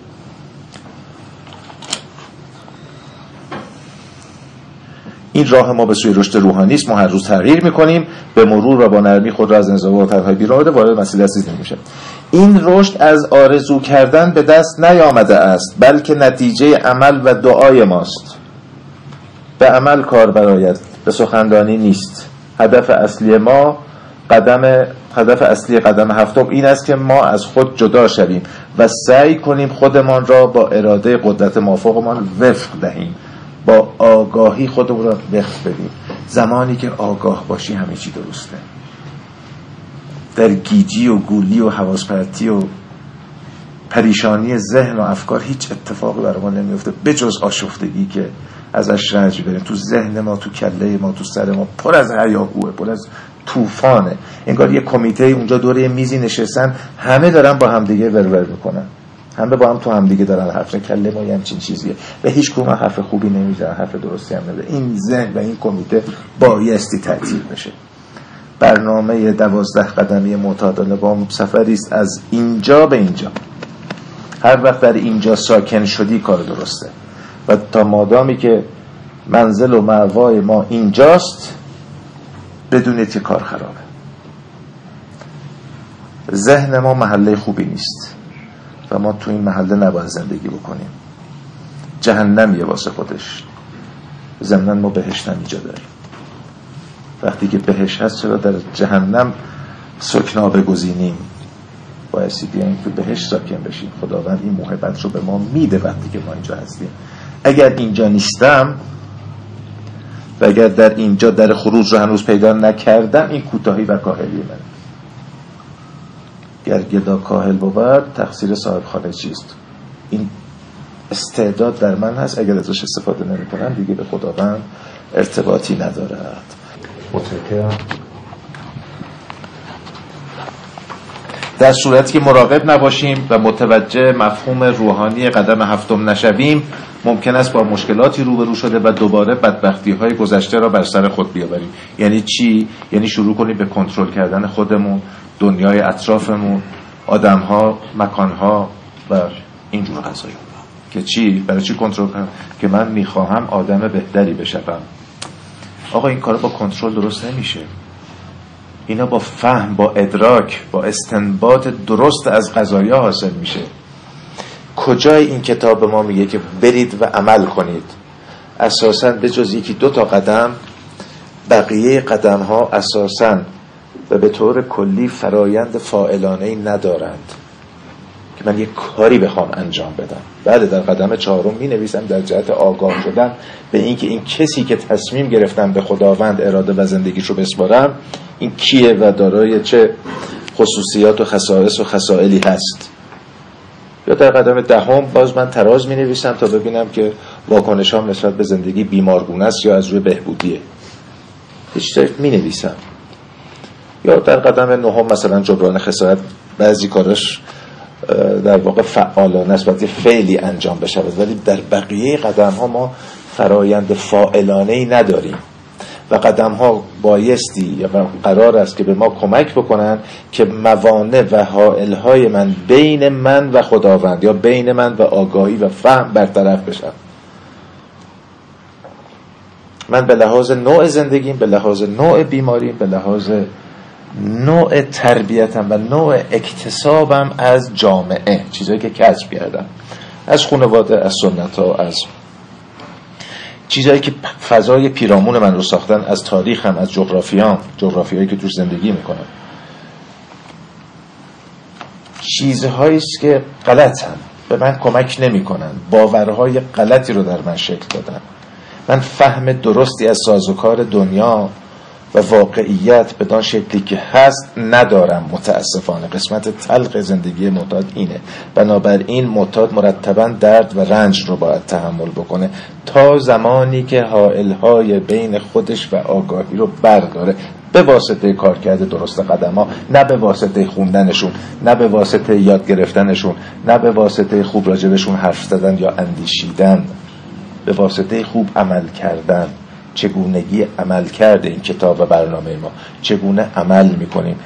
این راه ما به سوی رشد روحانی است. ما هر روز تغییر میکنیم، به مرور و با نرمی خود را از انزوا و تنهایی بیرون آورده وارد مسیر اصلی میشه. این رشد از آرزو کردن به دست نیامده است، بلکه نتیجه عمل و دعای ماست. به عمل کار برآید، به سخنرانی نیست. هدف اصلی ما قدم هدف اصلی قدم هفتم این است که ما از خود جدا شویم و سعی کنیم خودمان را با اراده قدرت مافوقمان وفق دهیم، با آگاهی خودمون را وقف بدیم. زمانی که آگاه باشی همه چی درسته. در گیجی و گولی و حواس پرتی و پریشانی ذهن و افکار هیچ اتفاقی برای ما نمیفته بجز آشفتگی که ازش رنج بریم. تو ذهن ما، تو کله ما، تو سر ما پر از هیاهوه، پر از طوفانه. انگار یه کمیته اونجا دوره یه میزی نشستن، همه دارن با همدیگه ورور میکنن، همه با هم تو همدیگه دارن حرف میزنن. کله ما یه همچین چیزیه و هیچ کدوم حرف خوبی نمیزنن، حرف درستی هم نمیزنن. این ذهن و این کمیته بایستی تعطیل بشه. برنامه دوازده قدمی معتادانه با سفری است از اینجا به اینجا. هر وقت در اینجا ساکن شدی کار درسته و تا مادامی که منزل و مأوای ما اینجاست بدونید که کار خرابه. ذهن ما محله خوبی نیست و ما تو این محله نباید زندگی بکنیم. جهنمیه واسه خودش. ضمناً ما بهشت هم اینجا داریم. وقتی که بهشت هست چرا در جهنم سکنا بگزینیم؟ بایستی بیاییم تو بهشت ساکن بشیم. خداوند این محبت رو به ما میده وقتی که ما اینجا هستیم. اگر اینجا نیستم و اگر در اینجا در خروج رو هنوز پیدا نکردم، این کوتاهی و کاهلی من. گر گدا کاهل بود تقصیر صاحب خانه چیست؟ این استعداد در من هست، اگر ازش استفاده نمی کنم دیگه به خداوند ارتباطی ندارد. متشکرم. در صورتی که مراقب نباشیم و متوجه مفهوم روحانی قدم هفتم نشویم، ممکن است با مشکلاتی روبرو شده و دوباره بدبختی‌های گذشته را بر سر خود بیاوریم. یعنی چی؟ یعنی شروع کنیم به کنترل کردن خودمون، دنیای اطرافمون، آدم‌ها، مکان‌ها و اینجور قضایا. که چی؟ برای چی کنترل کنم؟ که من می‌خواهم آدم بهتری بشم. آقا این کارا با کنترل درست نمیشه. اینا با فهم، با ادراک، با استنباط درست از قضایا حاصل میشه. کجای این کتاب ما میگه که برید و عمل کنید؟ اساساً به جز یکی دو تا قدم، بقیه قدم ها اساساً و به طور کلی فرایند فاعلانه‌ای ندارند که من یک کاری بخوام انجام بدم. بعد در قدم چهارم می نویسم در جهت آگاه شدن به اینکه این کسی که تصمیم گرفتم به خداوند اراده و زندگیشو بسپارم، این کیه و دارای چه خصوصیات و خصائص و خصائلی هست. یا در قدم دهم باز من تراز می نویسم تا ببینم که واکنشام نسبت به زندگی بیمارگونه است یا از روی بهبودیه. هیچ می نویسم. یا در قدم نهم مثلا جبران خسارت، بعضی کارش در واقع فعالانه است باید فعلی انجام بشه، ولی در بقیه قدم ها ما فرایند فاعلانه‌ای نداریم و قدم ها بایستی یا قرار است که به ما کمک بکنن که موانع و حائل های من بین من و خداوند یا بین من و آگاهی و فهم برطرف بشن. من به لحاظ نوع زندگیم، به لحاظ نوع بیماریم، به لحاظ نوع تربیتم و نوع اکتسابم از جامعه، چیزایی که کسب کردم، از خانواده، از سنت ها، از چیزایی که فضای پیرامون من رو ساختن، از تاریخم، از جغرافیام، جغرافیایی که توش زندگی میکنم، چیزهایی است که غلطن، به من کمک نمیکنن، باورهای غلطی رو در من شکل دادن. من فهم درستی از سازوکار دنیا و واقعیت بدان شکلی که هست ندارم متاسفانه. قسمت تلخ زندگی معتاد اینه. بنابراین معتاد مرتبا درد و رنج رو باید تحمل بکنه تا زمانی که حائل‌های بین خودش و آگاهی رو برداره، به واسطه کار کرده درست قدم‌ها، نه به واسطه خوندنشون، نه به واسطه یاد گرفتنشون، نه به واسطه خوب راجبشون حرف زدن یا اندیشیدن، به واسطه خوب عمل کردن. چگونگی عمل کرده این کتاب و برنامه ما، چگونه عمل میکنیم.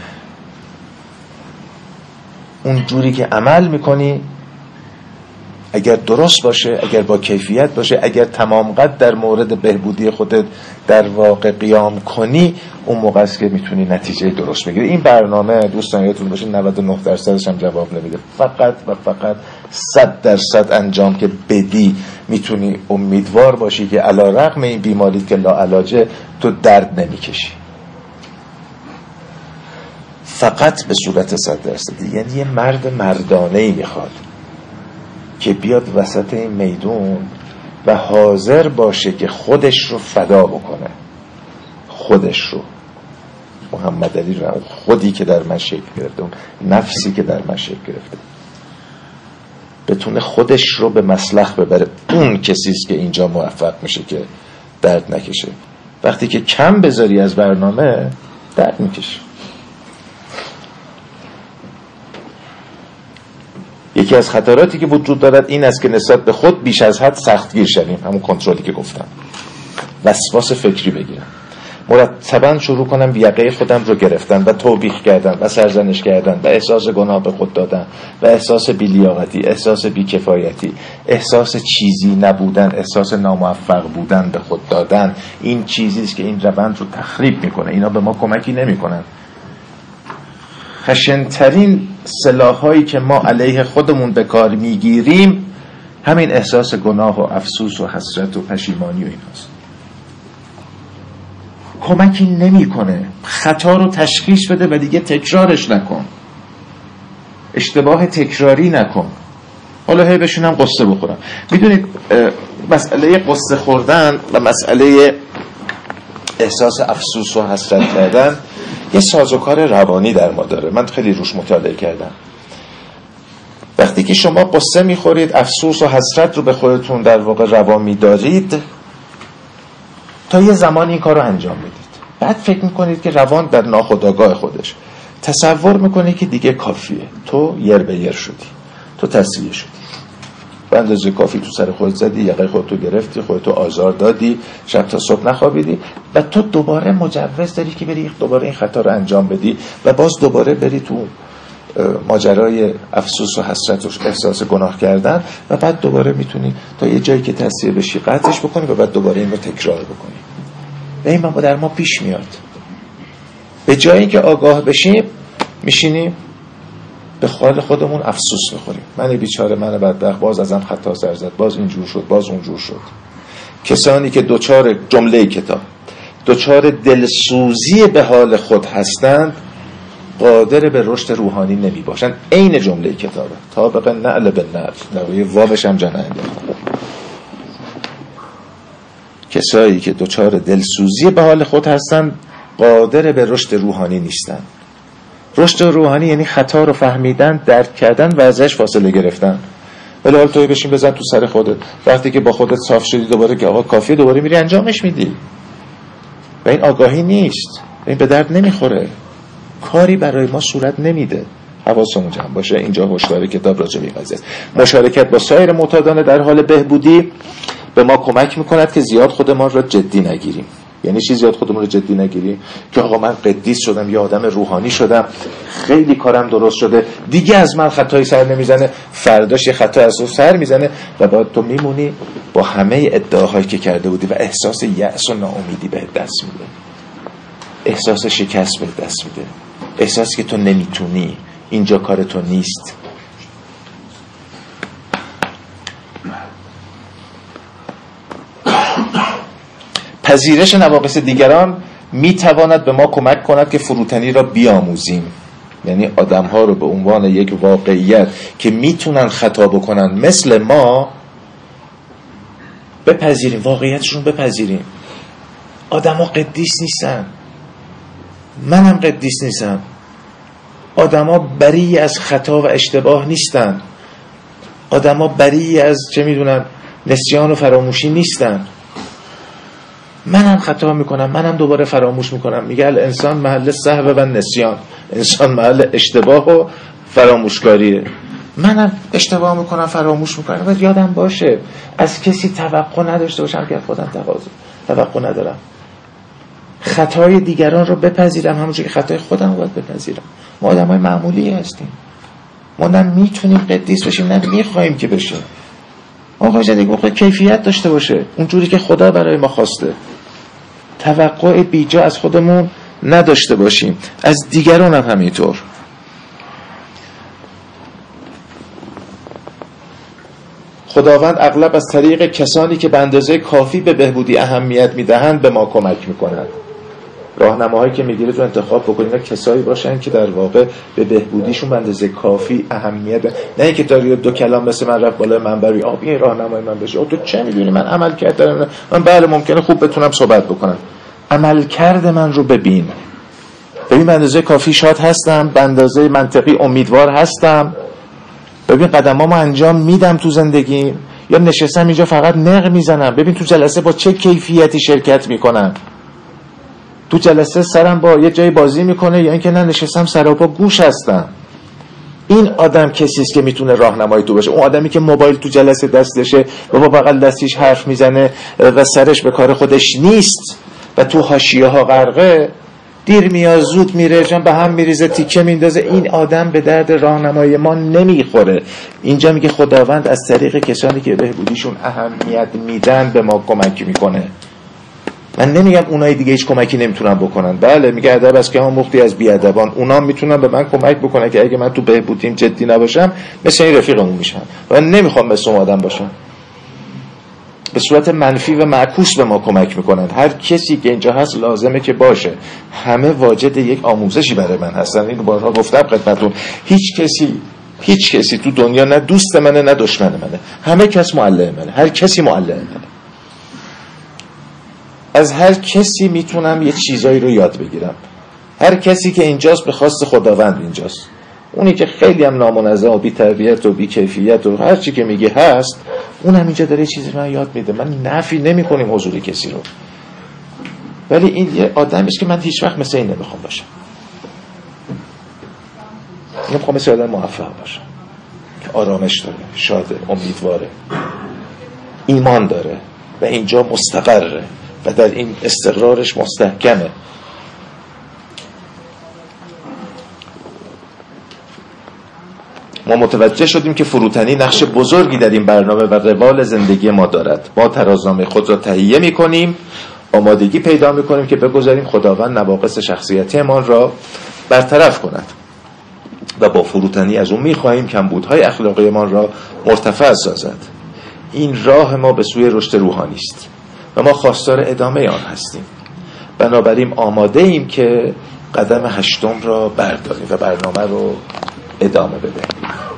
اون جوری که عمل میکنی اگر درست باشه، اگر با کیفیت باشه، اگر تمام قد در مورد بهبودی خودت در واقع قیام کنی، اون موقع است که میتونی نتیجه درست بگیری. این برنامه دوستان یادتون باشه نود و نه درصدش هم جواب نمیده. فقط و فقط صد درصد انجام که بدی میتونی امیدوار باشی که علی رغم این بیماری که لاعلاجه تو درد نمیکشی. فقط به صورت صد درصدی. یعنی یه مرد مردانه‌ای میخواد که بیاد وسط این میدون و حاضر باشه که خودش رو فدا بکنه. خودش رو، محمد علی رو، خودی که در من شکل گرفته، اون نفسی که در من شکل گرفته، بتونه خودش رو به مصلح ببره. اون کسیست که اینجا موفق میشه که درد نکشه. وقتی که کم بذاری از برنامه درد میکشه. یکی از خطراتی که وجود دارد این است که نسبت به خود بیش از حد سختگیر شویم. همون کنترلی که گفتم، وسواس فکری بگیرم، مرتبا شروع کنم یقه خودم رو گرفتن و توبیخ کردن و سرزنش کردن و احساس گناه به خود دادن و احساس بی‌لیاقتی، احساس بی‌کفایتی، احساس چیزی نبودن، احساس ناموفق بودن به خود دادن. این چیزی است که این روند رو تخریب میکنه. اینا به ما کمکی نمیکنن. خشن‌ترین سلاح‌هایی که ما علیه خودمون به کار میگیریم همین احساس گناه و افسوس و حسرت و پشیمانی و ایناست. کمکی نمیکنه. خطا رو تشخیص بده و دیگه تکرارش نکن. اشتباه تکراری نکن. حالا هی بشینم قصه بخورم. میدونید مسئله قصه خوردن و مسئله احساس افسوس و حسرت کردن یه سازوکار روانی در ما داره. من خیلی روش مطالعه کردم. وقتی که شما قصه میخورید، افسوس و حسرت رو به خودتون در واقع روا میدارید، تا یه زمان این کار رو انجام میدید. بعد فکر میکنید که روان در ناخودآگاه خودش تصور میکنه که دیگه کافیه، تو یر به یر شدی، تو تصفیه شدی، به اندازه کافی تو سر خودت زدی، یقه خودتو گرفتی، خودتو آزار دادی، شب تا صبح نخوابیدی و تو دوباره مجوز داری که بری دوباره این خطا رو انجام بدی و باز دوباره بری تو ماجرای افسوس و حسرت و احساس گناه کردن و بعد دوباره میتونی تا یه جایی که تصفیه بشی قطعش بکنی و بعد دوباره این رو تکرار بکنی. و این ما در ما پیش میاد. به جایی که آگاه بشیم میشینیم به حال خودمون افسوس میخوریم. من بیچاره، من بدبخت، باز ازم خطا سر زد، باز اینجور شد، باز اونجور شد. کسانی که دوچار جمله کتاب دوچار دلسوزی به حال خود هستند قادر به رشد روحانی نمی باشند. عین جمله کتابه. طابق نعل به نعل، نوعی وابش هم جننده. کسایی که دوچار دلسوزی به حال خود هستند قادر به رشد روحانی نیستند. رشد روحانی یعنی خطا رو فهمیدن، درک کردن و ازش فاصله گرفتن. ولی حالا توی بشین بزن تو سر خودت. وقتی که با خودت صاف شدی دوباره که آقا کافیه، دوباره میری انجامش میدی. و این آگاهی نیست. این به درد نمیخوره. کاری برای ما صورت نمیده. حواسمون جمع باشه. اینجا هشدار کتاب راجع به این قضیه است. مشارکت با سایر معتادان در حال بهبودی به ما کمک میکند که زیاد خودمان را جدی نگیریم. یعنی چی زیاد خودمون رو جدی نگیریم؟ که آقا من قدیس شدم، یا آدم روحانی شدم، خیلی کارم درست شده، دیگه از من خطایی سر نمیزنه، فرداش یه خطا از تو سر میزنه و بعد تو میمونی با همه ادعاهایی که کرده بودی و احساس یأس و ناامیدی بهت دست میده، احساس شکست بهت دست میده، احساس که تو نمیتونی، اینجا کار تو نیست. پذیرش نواقص دیگران میتواند به ما کمک کند که فروتنی را بیاموزیم. یعنی آدم ها رو به عنوان یک واقعیت که میتونن خطا بکنن مثل ما بپذیریم، واقعیتشون بپذیریم. آدم ها قدیس نیستن، منم قدیس نیستم. آدم ها بری از خطا و اشتباه نیستن. آدم ها بری از چه میدونن نسیان و فراموشی نیستن. منم خطا میکنم، منم دوباره فراموش میکنم. میگه انسان محل سهو و نسیان، انسان محل اشتباه و فراموشکاریه. منم اشتباه میکنم، فراموش میکنم. باید یادم باشه از کسی توقع نداشته باشم که خودم تقاضا توقع ندارم. خطای دیگران رو بپذیرم همونجوری که خطای خودم باید بپذیرم. ما آدمای معمولی هستیم. ما نه میتونیم قدیس بشیم نه میخوایم که بشه. آقا جدی موقع کیفیت داشته باشه اونجوری که خدا برای ما خواسته. توقع بیجا از خودمون نداشته باشیم، از دیگران هم همینطور. خداوند اغلب از طریق کسانی که به اندازه کافی به بهبودی اهمیت میدهند به ما کمک میکنند. راهنماهایی که میگیره تو انتخاب بکنید کسایی باشن که در واقع به بهبودیشون به اندازه کافی اهمیت، نه اینکه داری دو کلام مثل من رفت بالا منبری آب این راهنمای من بشه. تو چه میدونی من عمل کردم؟ من بله ممکنه خوب بتونم صحبت بکنم. عمل کرده من رو ببین. ببین به اندازه کافی شاد هستم، به اندازه منطقی امیدوار هستم. ببین قدمامو انجام میدم تو زندگی، یا نشستم اینجا فقط نق میزنم. ببین تو جلسه با چه کیفیتی شرکت میکنم. تو جلسه سرم با یه جای بازی میکنه یا اینکه نه نشستم سراپا گوش هستم. این آدم کسی است که میتونه راهنمای تو باشه. اون آدمی که موبایل تو جلسه دستشه و با بغل دستیش حرف میزنه و سرش به کار خودش نیست و تو حاشیه ها غرقه، دیر میاد زود میره، چون به هم میریزه، تیکه میندازه. این آدم به درد راهنمای ما نمیخوره. اینجا میگه خداوند از طریق کسانی که بهبودیشون اهمیت میدن به کمک کمک میکنه. من نمیگم اونای دیگه هیچ کمکی نمیتونن بکنن. بله میگه ادب است که آموختی از بیادبان. اونا میتونن به من کمک بکنن که اگه من تو بهبودیم جدی نباشم مثل این رفیقمون میشم. من نمیخوام مثل اون آدم باشم. به صورت منفی و معکوس به ما کمک میکنند. هر کسی که اینجا هست لازمه که باشه. همه واجد یک آموزشی برای من هستن. اینو بارها گفتم خدمتتون. هیچ کسی هیچ کسی تو دنیا نه دوست منه نه دشمن منه، همه کس معلم منه، هر کسی معلم منه. از هر کسی میتونم یه چیزایی رو یاد بگیرم. هر کسی که اینجاست به خواست خداوند اینجاست. اونی که خیلی هم نامنظم و بی تربیت و بی کیفیت و هر چی که میگه هست، اون هم اینجا داره چیزی من یاد میده. من نفی نمی کنیم حضور کسی رو، ولی این یه آدمیست که من هیچ وقت مثل این نمیخوام باشم. این میخوام مثل آدم موفق باشم که آرامش داره، شاده، امیدواره، ایمان داره و اینجا مستقره و در این استقرارش مستحکمه. ما متوجه شدیم که فروتنی نقش بزرگی در این برنامه و روال زندگی ما دارد. ما ترازنامه خود را تهیه می‌کنیم، آمادگی پیدا می‌کنیم که بگذاریم خداوند نواقص شخصیتیمان را برطرف کند و با فروتنی از اون می‌خواهیم کمبودهای اخلاقیمان را مرتفع سازد. این راه ما به سوی رشد روحانی است و ما خواستار ادامه آن هستیم. بنابراین آماده ایم که قدم هشتم را برداریم و برنامه رو ادامه بدهیم.